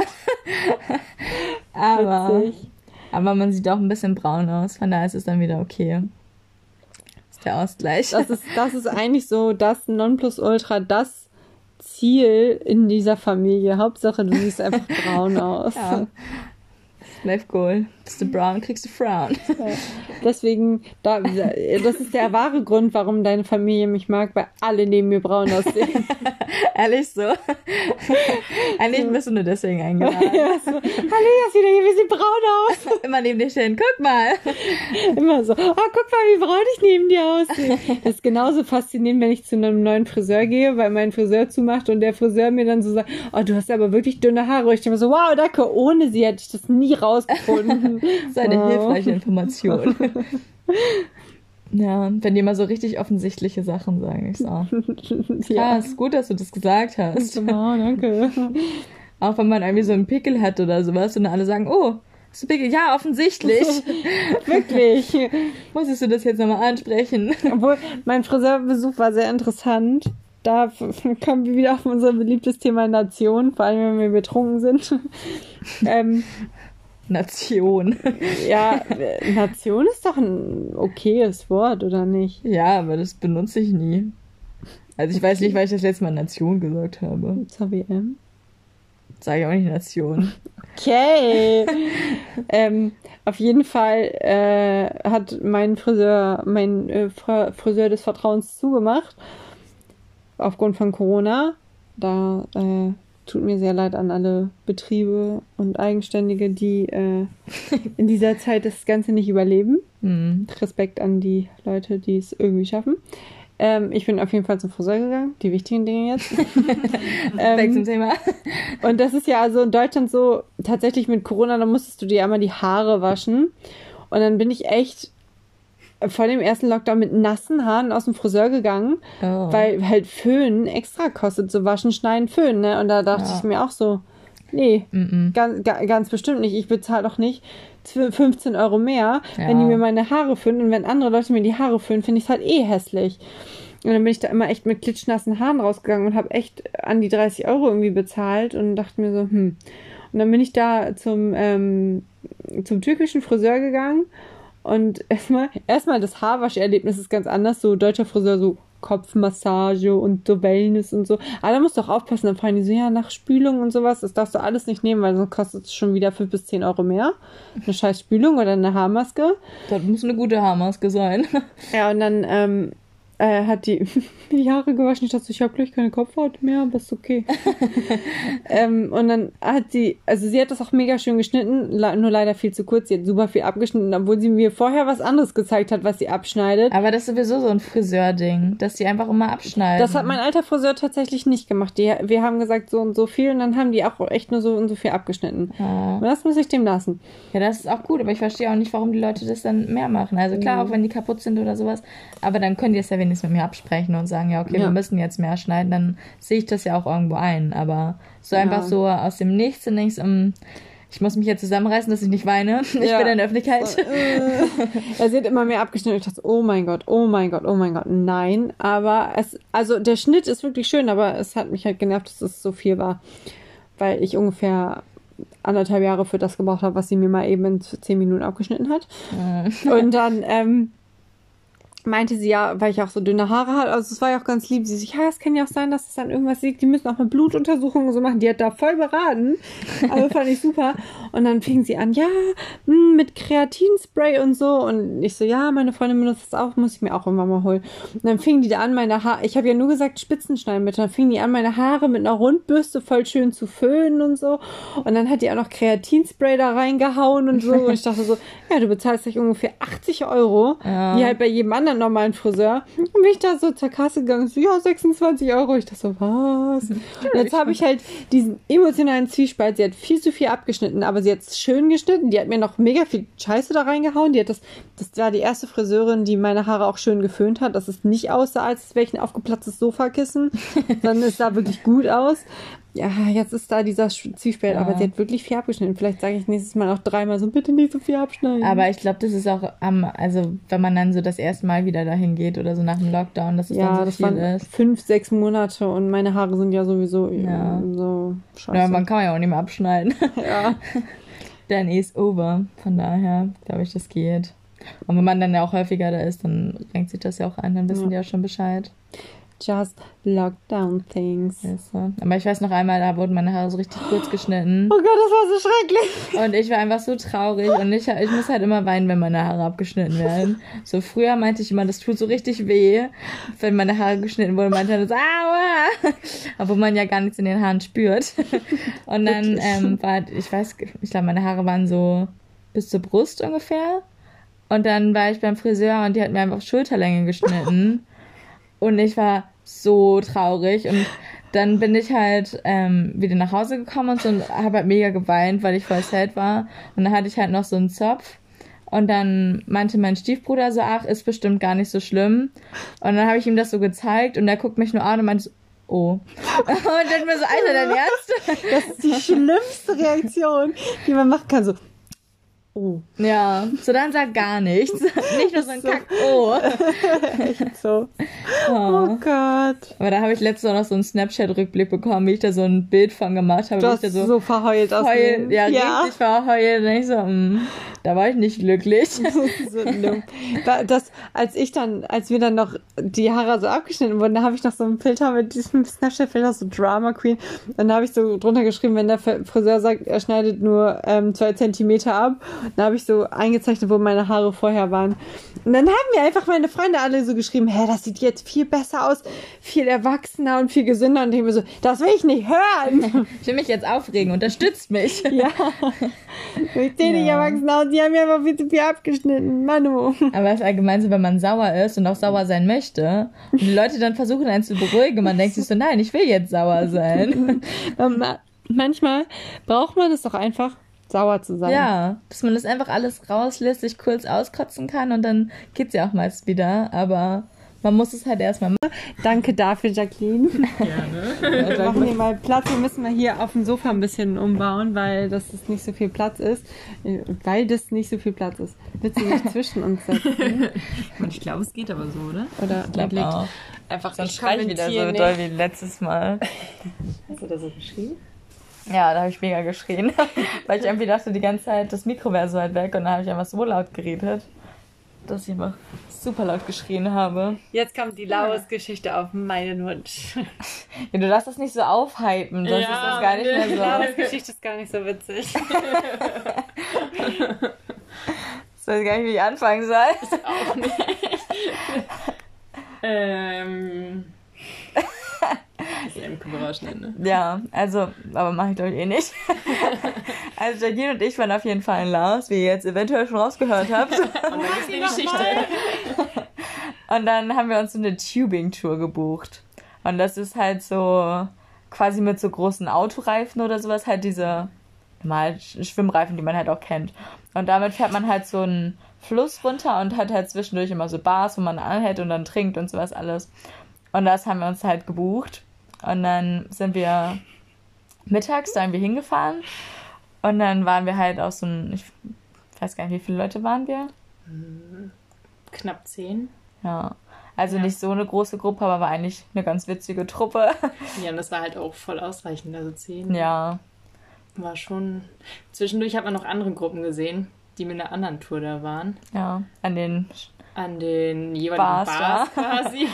aber, Witzig. aber man sieht auch ein bisschen braun aus, von daher ist es dann wieder okay. Das ist der Ausgleich. Das ist, das ist eigentlich so das Nonplusultra, das Ziel in dieser Familie. Hauptsache, du siehst einfach braun aus. Ja. Life Goal. Bist du brown, kriegst du Frown. Deswegen, da, das ist der wahre Grund, warum deine Familie mich mag, weil alle neben mir braun aussehen. Ehrlich so. Eigentlich bist du nur deswegen eingeladen. Ja, so, Hallo, das wieder hier, wir sehen braun aus. Immer neben dir stehen, guck mal. Immer so, oh, guck mal, wie braun ich neben dir aussehe. Das ist genauso faszinierend, wenn ich zu einem neuen Friseur gehe, weil mein Friseur zumacht und der Friseur mir dann so sagt, oh, du hast aber wirklich dünne Haare. Und ich denke mir so, wow, danke, ohne sie hätte ich das nie rausgefunden. Das ist eine Wow. hilfreiche Information. Ja, wenn die mal so richtig offensichtliche Sachen sagen, ich so, ja, Ja, ist gut, dass du das gesagt hast. wow, danke. Auch wenn man irgendwie so einen Pickel hat oder sowas und dann alle sagen, oh, hast du Pickel? Ja, offensichtlich. Wirklich. Musstest du das jetzt nochmal ansprechen? Obwohl, mein Friseurbesuch war sehr interessant. Da kommen wir wieder auf unser beliebtes Thema Nation, vor allem wenn wir betrunken sind. ähm, Nation. ja, Nation ist doch ein okayes Wort, oder nicht? Ja, aber das benutze ich nie. Also ich weiß nicht, weil ich das letzte Mal Nation gesagt habe. Sorry, M. Sage ich auch nicht Nation. Okay. ähm, auf jeden Fall äh, hat mein Friseur, mein äh, Fra- Friseur des Vertrauens zugemacht. Aufgrund von Corona. Da äh, tut mir sehr leid an alle Betriebe und Eigenständige, die äh, in dieser Zeit das Ganze nicht überleben. Hm. Respekt an die Leute, die es irgendwie schaffen. Ähm, ich bin auf jeden Fall zum Friseur gegangen. Die wichtigen Dinge jetzt. Weg zum ähm, Thema. und das ist ja also in Deutschland so, tatsächlich mit Corona, da musstest du dir einmal die Haare waschen. Und dann bin ich echt vor dem ersten Lockdown mit nassen Haaren aus dem Friseur gegangen, Oh. weil halt Föhn extra kostet, so waschen, schneiden, föhnen, ne? Und da dachte Ja. ich mir auch so, nee, Mm-mm. ganz, ga, ganz bestimmt nicht. Ich bezahle doch nicht fünfzehn Euro mehr, Ja. wenn die mir meine Haare föhnen. Und wenn andere Leute mir die Haare föhnen, finde ich es halt eh hässlich. Und dann bin ich da immer echt mit klitschnassen Haaren rausgegangen und habe echt an die dreißig Euro irgendwie bezahlt und dachte mir so, hm. Und dann bin ich da zum, ähm, zum türkischen Friseur gegangen und erstmal, erstmal das Haarwascherlebnis ist ganz anders. So deutscher Friseur, so Kopfmassage und so Wellness und so. Aber da musst du auch aufpassen, dann fragen die so, ja, nach Spülung und sowas, das darfst du alles nicht nehmen, weil sonst kostet es schon wieder fünf bis zehn Euro mehr. Eine scheiß Spülung oder eine Haarmaske. Das muss eine gute Haarmaske sein. Ja, und dann ähm, äh, hat die die Haare gewaschen. Ich dachte, ich habe gleich keine Kopfhaut mehr, aber ist okay. ähm, und dann hat sie, also sie hat das auch mega schön geschnitten, nur leider viel zu kurz. Sie hat super viel abgeschnitten, obwohl sie mir vorher was anderes gezeigt hat, was sie abschneidet. Aber das ist sowieso so ein Friseur-Ding, dass die einfach immer abschneiden. Das hat mein alter Friseur tatsächlich nicht gemacht. Die, wir haben gesagt, so und so viel und dann haben die auch echt nur so und so viel abgeschnitten. Ja. Und das muss ich dem lassen. Ja, das ist auch gut, aber ich verstehe auch nicht, warum die Leute das dann mehr machen. Also klar, mhm. auch wenn die kaputt sind oder sowas, aber dann können die es ja wenigstens mit mir absprechen und sagen, ja, okay, ja. wir müssen jetzt mehr schneiden, dann sehe ich das ja auch irgendwo ein. Aber so ja. einfach so aus dem Nichts und nichts, um, ich muss mich jetzt zusammenreißen, dass ich nicht weine. Ich ja. bin in der Öffentlichkeit. So, äh. ja, sie hat immer mehr abgeschnitten. Ich dachte, oh mein Gott, oh mein Gott, oh mein Gott, nein. Aber es, also der Schnitt ist wirklich schön, aber es hat mich halt genervt, dass es so viel war. Weil ich ungefähr anderthalb Jahre für das gebraucht habe, was sie mir mal eben in zehn Minuten abgeschnitten hat. Mhm. Und dann, ähm, meinte sie ja, weil ich auch so dünne Haare habe, also es war ja auch ganz lieb, sie so, ja, es kann ja auch sein, dass es dann irgendwas liegt, die müssen auch eine Blutuntersuchung so machen, die hat da voll beraten, also fand ich super und dann fing sie an, ja, mh, mit Kreatinspray und so und ich so, ja, meine Freundin benutzt das auch, muss ich mir auch irgendwann mal holen und dann fing die da an, meine Haare, ich habe ja nur gesagt, Spitzen schneiden bitte, dann fing die an, meine Haare mit einer Rundbürste voll schön zu föhnen und so und dann hat die auch noch Kreatinspray da reingehauen und so und ich dachte so, ja, du bezahlst dich ungefähr achtzig Euro, ja. wie halt bei jedem anderen normalen Friseur. Und bin ich da so zur Kasse gegangen, so, ja, sechsundzwanzig Euro. Ich dachte so, was? Und jetzt habe ich halt diesen emotionalen Zwiespalt. Sie hat viel zu viel abgeschnitten, aber sie hat es schön geschnitten. Die hat mir noch mega viel Scheiße da reingehauen. Die hat das, das war die erste Friseurin, die meine Haare auch schön geföhnt hat, dass es nicht aussah, als wäre ich ein aufgeplatztes Sofakissen, sondern es sah wirklich gut aus. Ja, jetzt ist da dieser Zwiespalt, ja. aber sie hat wirklich viel abgeschnitten. Vielleicht sage ich nächstes Mal auch dreimal so, bitte nicht so viel abschneiden. Aber ich glaube, das ist auch am, also wenn man dann so das erste Mal wieder dahin geht oder so nach dem Lockdown, dass es ja, dann so das viel waren ist. fünf, sechs Monate und meine Haare sind ja sowieso ja. so scheiße. Ja, man kann ja auch nicht mehr abschneiden. Ja. Dann ist over. Von daher glaube ich, das geht. Und wenn man dann ja auch häufiger da ist, dann renkt sich das ja auch ein, dann wissen ja. die auch schon Bescheid. Just Lockdown things. So. Aber ich weiß noch einmal, da wurden meine Haare so richtig kurz geschnitten. Oh Gott, das war so schrecklich. Und ich war einfach so traurig und ich, ich muss halt immer weinen, wenn meine Haare abgeschnitten werden. So früher meinte ich immer, das tut so richtig weh, wenn meine Haare geschnitten wurden. Meinte dann so, aua! Obwohl man ja gar nichts in den Haaren spürt. Und dann ähm, war, ich weiß, ich glaube, meine Haare waren so bis zur Brust ungefähr. Und dann war ich beim Friseur und die hat mir einfach Schulterlänge geschnitten. Und ich war so traurig und dann bin ich halt ähm, wieder nach Hause gekommen und so und habe halt mega geweint, weil ich voll sad war. Und dann hatte ich halt noch so einen Zopf und dann meinte mein Stiefbruder so, ach, ist bestimmt gar nicht so schlimm. Und dann habe ich ihm das so gezeigt und er guckt mich nur an und meinte so, oh. Und dann mir so, Alter, dein Ernst? Das ist die schlimmste Reaktion, die man machen kann, so. Oh. Ja, so dann sag gar nichts. Nicht nur so ein so. Kack, oh. Echt so. Oh, oh Gott. Aber da habe ich letztens auch noch so einen Snapchat-Rückblick bekommen, wie ich da so ein Bild von gemacht habe. Du hast ich da so, so verheult aus heul, ja, ja, richtig verheult. Und ich so, mh, da war ich nicht glücklich. So dumm. Das, als ich dann, als wir dann noch die Haare so abgeschnitten wurden, da habe ich noch so einen Filter mit diesem Snapchat-Filter, so Drama Queen. Dann habe ich so drunter geschrieben, wenn der Friseur sagt, er schneidet nur ähm, zwei Zentimeter ab. Dann habe ich so eingezeichnet, wo meine Haare vorher waren. Und dann haben mir einfach meine Freunde alle so geschrieben, hä, das sieht jetzt viel besser aus, viel erwachsener und viel gesünder. Und ich mir so, das will ich nicht hören. Ich will mich jetzt aufregen, unterstützt mich. Ja. Ich sehe nicht erwachsen aus, die haben mir einfach viel zu viel abgeschnitten. Manu. Aber es ist allgemein so, wenn man sauer ist und auch sauer sein möchte und die Leute dann versuchen, einen zu beruhigen, man denkt sich so, nein, ich will jetzt sauer sein. Manchmal braucht man es doch einfach, sauer zu sein. Ja, dass man das einfach alles rauslässt, sich kurz auskotzen kann und dann geht's ja auch meist wieder, aber man muss es halt erstmal machen. Danke dafür, Jacqueline. Gerne. Wir machen hier mal Platz. Wir müssen mal hier auf dem Sofa ein bisschen umbauen, weil das ist nicht so viel Platz ist. Weil das nicht so viel Platz ist. Willst du nicht zwischen uns setzen? Ich glaube, es geht aber so, oder? Oder ich glaube auch. Einfach sonst schrei ich wieder so nicht. Doll wie letztes Mal. Hast du da so geschrien? Ja, da habe ich mega geschrien. Weil ich irgendwie dachte, die ganze Zeit, das Mikro wäre so weit weg und dann habe ich einfach so laut geredet, dass ich einfach super laut geschrien habe. Jetzt kommt die Laus-Geschichte auf meinen Wunsch. Ja, du darfst das nicht so aufhypen, sonst ja, ist das gar nicht mehr so. Die Laus-Geschichte ist gar nicht so witzig. Ich weiß gar nicht, wie ich anfangen soll. Ich auch nicht. Ähm. Das können wir rausschneiden, ne? Ja, also, aber mache ich glaube ich eh nicht. Also Jacqueline und ich waren auf jeden Fall in Laos, wie ihr jetzt eventuell schon rausgehört habt. Und dann ist die Geschichte. Und dann haben wir uns so eine Tubing-Tour gebucht. Und das ist halt so quasi mit so großen Autoreifen oder sowas, halt diese normal Schwimmreifen, die man halt auch kennt. Und damit fährt man halt so einen Fluss runter und hat halt zwischendurch immer so Bars, wo man anhält und dann trinkt und sowas alles. Und das haben wir uns halt gebucht. Und dann sind wir mittags da irgendwie hingefahren. Und dann waren wir halt auch so ein, ich weiß gar nicht, wie viele Leute waren wir? Knapp zehn. Ja, also Ja. nicht so eine große Gruppe, aber war eigentlich eine ganz witzige Truppe. Ja, und das war halt auch voll ausreichend. Also zehn Ja, war schon... Zwischendurch hat man noch andere Gruppen gesehen, die mit einer anderen Tour da waren. ja, an den, An den jeweiligen Bars Bars, da. quasi.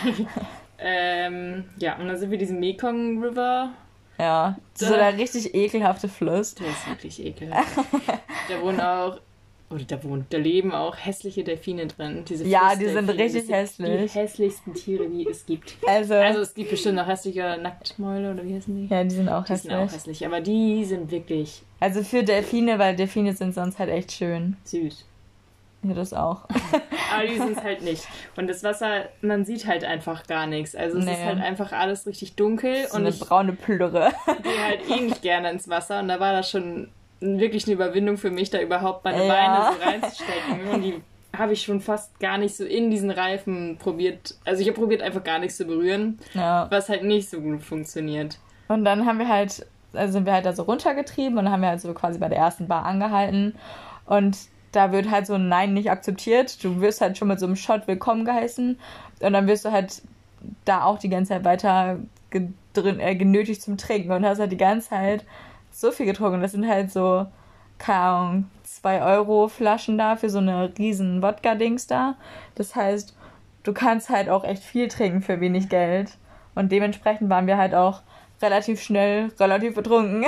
ähm, ja, und dann sind wir diesen Mekong River. ja, so der richtig ekelhafte Fluss. Der ist wirklich ekelhaft. Da wohnen auch, oder da wohnen, da leben auch hässliche Delfine drin. Diese Ja, die sind Flussdelfine. richtig Das sind hässlich. Die hässlichsten Tiere, die es gibt. Also, Also es gibt bestimmt noch hässliche Nacktmäule, oder wie heißen die? ja, die sind auch Die sind auch hässlich. hässlich, aber die sind wirklich Also für Delfine, weil Delfine sind sonst halt echt schön. süß. Ja, das auch. Aber die sind es halt nicht. Und das Wasser, man sieht halt einfach gar nichts. Also es Nee. ist halt einfach alles richtig dunkel. So und eine ich braune Plürre. gehe halt eh nicht gerne ins Wasser. Und da war das schon wirklich eine Überwindung für mich, da überhaupt meine Ja. Beine so reinzustecken. Und die habe ich schon fast gar nicht so in diesen Reifen probiert. Also ich habe probiert, einfach gar nichts zu berühren, Ja. was halt nicht so gut funktioniert. Und dann haben wir halt, also sind wir halt da so runtergetrieben und dann haben wir halt so quasi bei der ersten Bar angehalten. Und da wird halt so ein Nein nicht akzeptiert. Du wirst halt schon mit so einem Shot willkommen geheißen. Und dann wirst du halt da auch die ganze Zeit weiter gedrin, äh, genötigt zum Trinken. Und hast halt die ganze Zeit so viel getrunken. Das sind halt so, keine Ahnung, zwei Euro Flaschen da für so eine riesen Wodka-Dings da. Das heißt, du kannst halt auch echt viel trinken für wenig Geld. Und dementsprechend waren wir halt auch relativ schnell, relativ betrunken.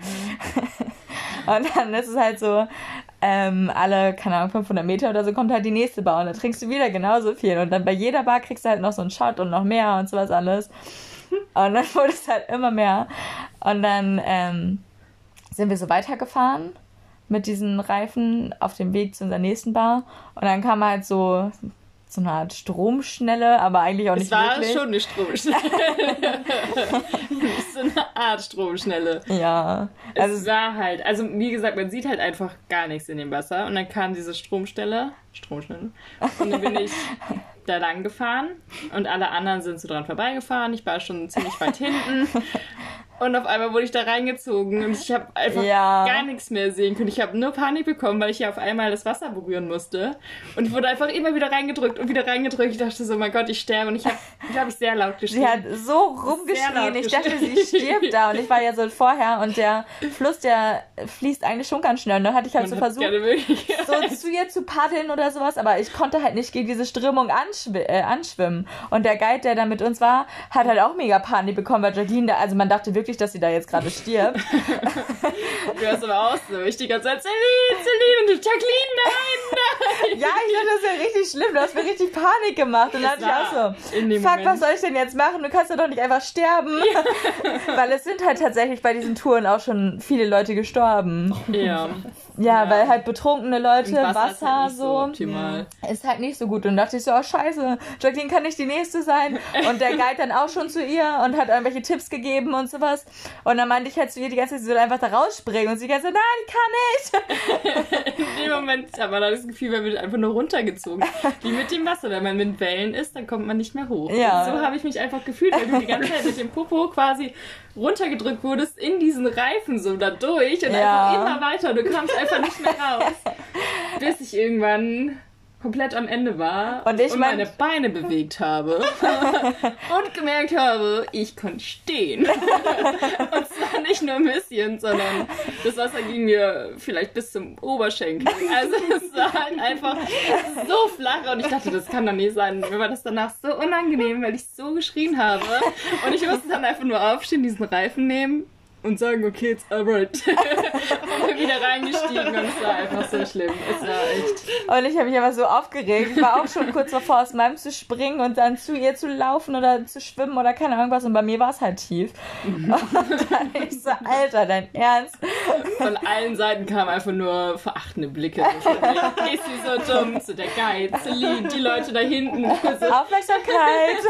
Und dann ist es halt so, ähm, alle, keine Ahnung, fünfhundert Meter oder so kommt halt die nächste Bar und dann trinkst du wieder genauso viel. Und dann bei jeder Bar kriegst du halt noch so einen Shot und noch mehr und sowas alles. Und dann wurde es halt immer mehr. Und dann ähm, sind wir so weitergefahren mit diesen Reifen auf dem Weg zu unserer nächsten Bar. Und dann kam halt so, so eine Art Stromschnelle, aber eigentlich auch Es nicht war wirklich. schon eine Stromschnelle. So eine Art Stromschnelle. Ja, Es also war halt, also wie gesagt, man sieht halt einfach gar nichts in dem Wasser. Und dann kam diese Stromstelle, Stromschnelle, und dann bin ich da lang gefahren und alle anderen sind so dran vorbeigefahren. Ich war schon ziemlich weit hinten. Und auf einmal wurde ich da reingezogen und ich habe einfach Ja. gar nichts mehr sehen können. Ich habe nur Panik bekommen, weil ich ja auf einmal das Wasser berühren musste. Und ich wurde einfach immer wieder reingedrückt und wieder reingedrückt. Ich dachte so, mein Gott, ich sterbe. Und ich habe, glaube ich, sehr laut geschrien. sie hat so Sehr rumgeschrien. laut Ich dachte, sie geschrien. stirbt da. Und ich war ja so vorher und der Fluss, der fließt eigentlich schon ganz schnell. Und dann hatte ich halt Man so hat's versucht, gerne wirklich so zu ihr zu paddeln oder sowas, aber ich konnte halt nicht gegen diese Strömung anschw äh, anschwimmen. Und der Guide, der da mit uns war, hat halt auch mega Panik bekommen, weil Jacqueline da, also man dachte wirklich, dass sie da jetzt gerade stirbt. Du hast aber auch so ich die ganze Zeit, Celine, Celine und du, Jacqueline, nein, nein. Ja, ich dachte, das wäre richtig schlimm, du hast mir richtig Panik gemacht. Und dann Das dachte ich war auch so, in dem fuck, Moment. was soll ich denn jetzt machen? Du kannst ja doch nicht einfach sterben. Weil es sind halt tatsächlich bei diesen Touren auch schon viele Leute gestorben. Ja, Ja, Ja. weil halt betrunkene Leute, Und Wasser, ist halt nicht so so, optimal. ist halt nicht so gut. Und dachte ich so, oh scheiße, Jacqueline kann nicht die Nächste sein. Und der Guide dann auch schon zu ihr und hat irgendwelche Tipps gegeben und sowas. Und dann meinte ich halt zu ihr die ganze Zeit, sie soll einfach da rausspringen. Und sie die ganze Zeit, nein, ich kann nicht. In dem Moment hat man das Gefühl, man wird einfach nur runtergezogen. Wie mit dem Wasser. Wenn man mit Wellen ist, dann kommt man nicht mehr hoch. Ja. Und so habe ich mich einfach gefühlt, weil du die ganze Zeit mit dem Popo quasi runtergedrückt wurdest in diesen Reifen so da durch und Ja. einfach immer weiter. Du kamst einfach nicht mehr raus. Bis ich irgendwann komplett am Ende war Und ich mein- meine Beine bewegt habe und gemerkt habe, ich konnte stehen. Und zwar nicht nur ein bisschen, sondern das Wasser ging mir vielleicht bis zum Oberschenkel. Also es war halt einfach so flach und ich dachte, das kann doch nicht sein. Mir war das danach so unangenehm, weil ich so geschrien habe. Und ich musste dann einfach nur aufstehen, diesen Reifen nehmen, und sagen, okay, it's alright. Und wir wieder reingestiegen und es war einfach so schlimm. Es war echt... Und ich habe mich aber so aufgeregt. Ich war auch schon kurz davor, aus meinem zu springen und dann zu ihr zu laufen oder zu schwimmen oder keine Ahnung was. Und bei mir war es halt tief. Und dann ich so, Alter, dein Ernst? Von allen Seiten kamen einfach nur verachtende Blicke. So, ist sie so dumm? So der Guide, Celine, die Leute da hinten. So, Aufmerksamkeit!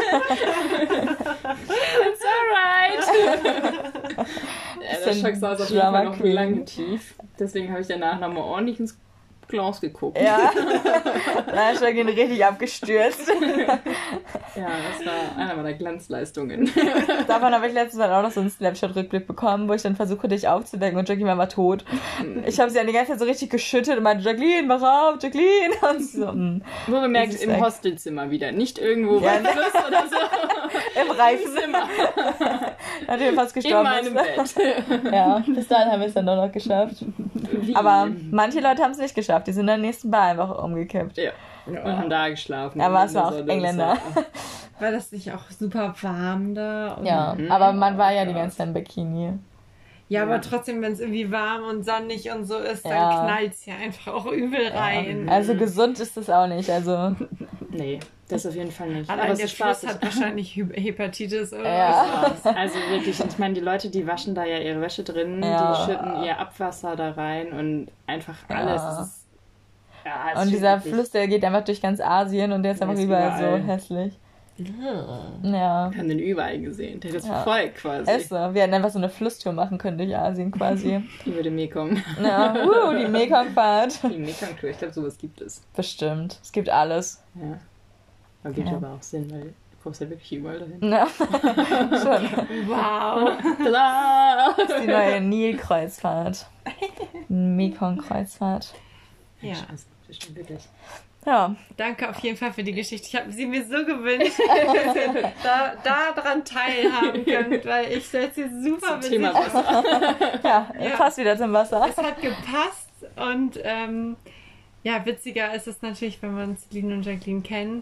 it's alright! Ja, der Schock saß auf jeden Fall noch lange tief. Deswegen habe ich danach nochmal ordentlich ins Glas geguckt. Ja, da ist Jacqueline richtig abgestürzt. Ja, das war einer meiner Glanzleistungen. Davon habe ich letztes Mal auch noch so einen Snapchat-Rückblick bekommen, wo ich dann versuche, dich aufzuwecken und Jacqueline war tot. Ich habe sie dann die ganze Zeit so richtig geschüttet und meinte, Jacqueline, mach auf, Jacqueline! Und so, Wo bemerkt, im weg. Hostelzimmer wieder, nicht irgendwo ja, beim Fluss oder so. Im Reifenzimmer. Hat ihr fast gestorben. In meinem Bett. Ja, bis dahin haben wir es dann doch noch geschafft. Wie? Aber manche Leute haben es nicht geschafft. Die sind in der nächsten Bar einfach umgekippt. Ja, und haben da geschlafen. Aber es war auch Engländer. War das nicht auch super warm da? Und ja, mhm. aber man war ja die ganze Zeit im Bikini. Ja, aber trotzdem, wenn es irgendwie warm und sonnig und so ist, dann ja. knallt es ja einfach auch übel rein. Ja. Also gesund ist das auch nicht. Also nee, das auf jeden Fall nicht. Allein aber der Fluss hat wahrscheinlich Hepatitis oder ja. was. Also wirklich, ich meine, die Leute, die waschen da ja ihre Wäsche drin, ja. die schütten ihr Abwasser da rein und einfach alles. Ja. Ist, ja, und dieser wirklich. Fluss, der geht einfach durch ganz Asien und der ist einfach überall, überall so hässlich. Ja. ja. Wir haben den überall gesehen. Der ist ja. voll quasi. Ist so. Wir hätten einfach so eine Flusstour machen können durch Asien quasi. Über den Mekong. Ja, uh, die Mekong-Fahrt. Die Mekong-Tour, ich glaube, sowas gibt es. Bestimmt. Es gibt alles. Ja. Aber gibt ja. aber auch Sinn, weil du kommst ja wirklich überall dahin. Ja, schon. Wow. Das ist die neue Nil-Kreuzfahrt. Mekong-Kreuzfahrt. Ja, also, das stimmt wirklich. Ja. Danke auf jeden Fall für die Geschichte. Ich habe sie mir so gewünscht, dass ihr da, da dran teilhaben könnt, weil ich stelle sie super witzig. Thema Wasser. Ja, ja, passt wieder zum Wasser. Es hat gepasst und ähm, ja, witziger ist es natürlich, wenn man Celine und Jacqueline kennt.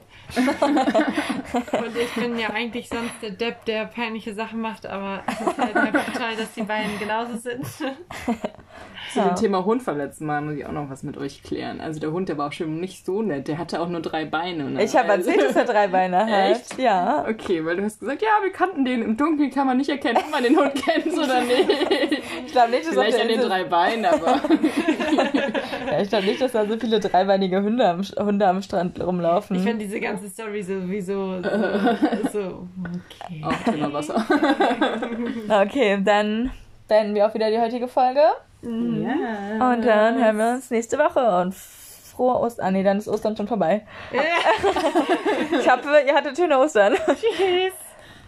Und ich bin ja eigentlich sonst der Depp, der peinliche Sachen macht, aber es ist halt einfach toll, dass die beiden genauso sind. Zu ja. dem Thema Hund vom letzten Mal muss ich auch noch was mit euch klären. Also der Hund, der war auch schon nicht so nett. Der hatte auch nur drei Beine. Ne? Ich habe erzählt, dass er drei Beine hat. Echt? Ja. Okay, weil du hast gesagt, ja, wir kannten den. Im Dunkeln kann man nicht erkennen, ob man den Hund kennt oder nicht. Ich glaube nicht, dass Vielleicht an den drei Beinen, aber... ja, ich glaube nicht, dass da so viele dreibeinige Hunde am, Hunde am Strand rumlaufen. Ich finde diese ganze Story sowieso so, so okay. Auch Thema Wasser. Okay, dann beenden wir auch wieder die heutige Folge. Mhm. Ja. Und dann hören wir uns nächste Woche und frohe Ostern. Ah nee, dann ist Ostern schon vorbei. Ich hoffe, ihr hattet schöne Ostern. Tschüss.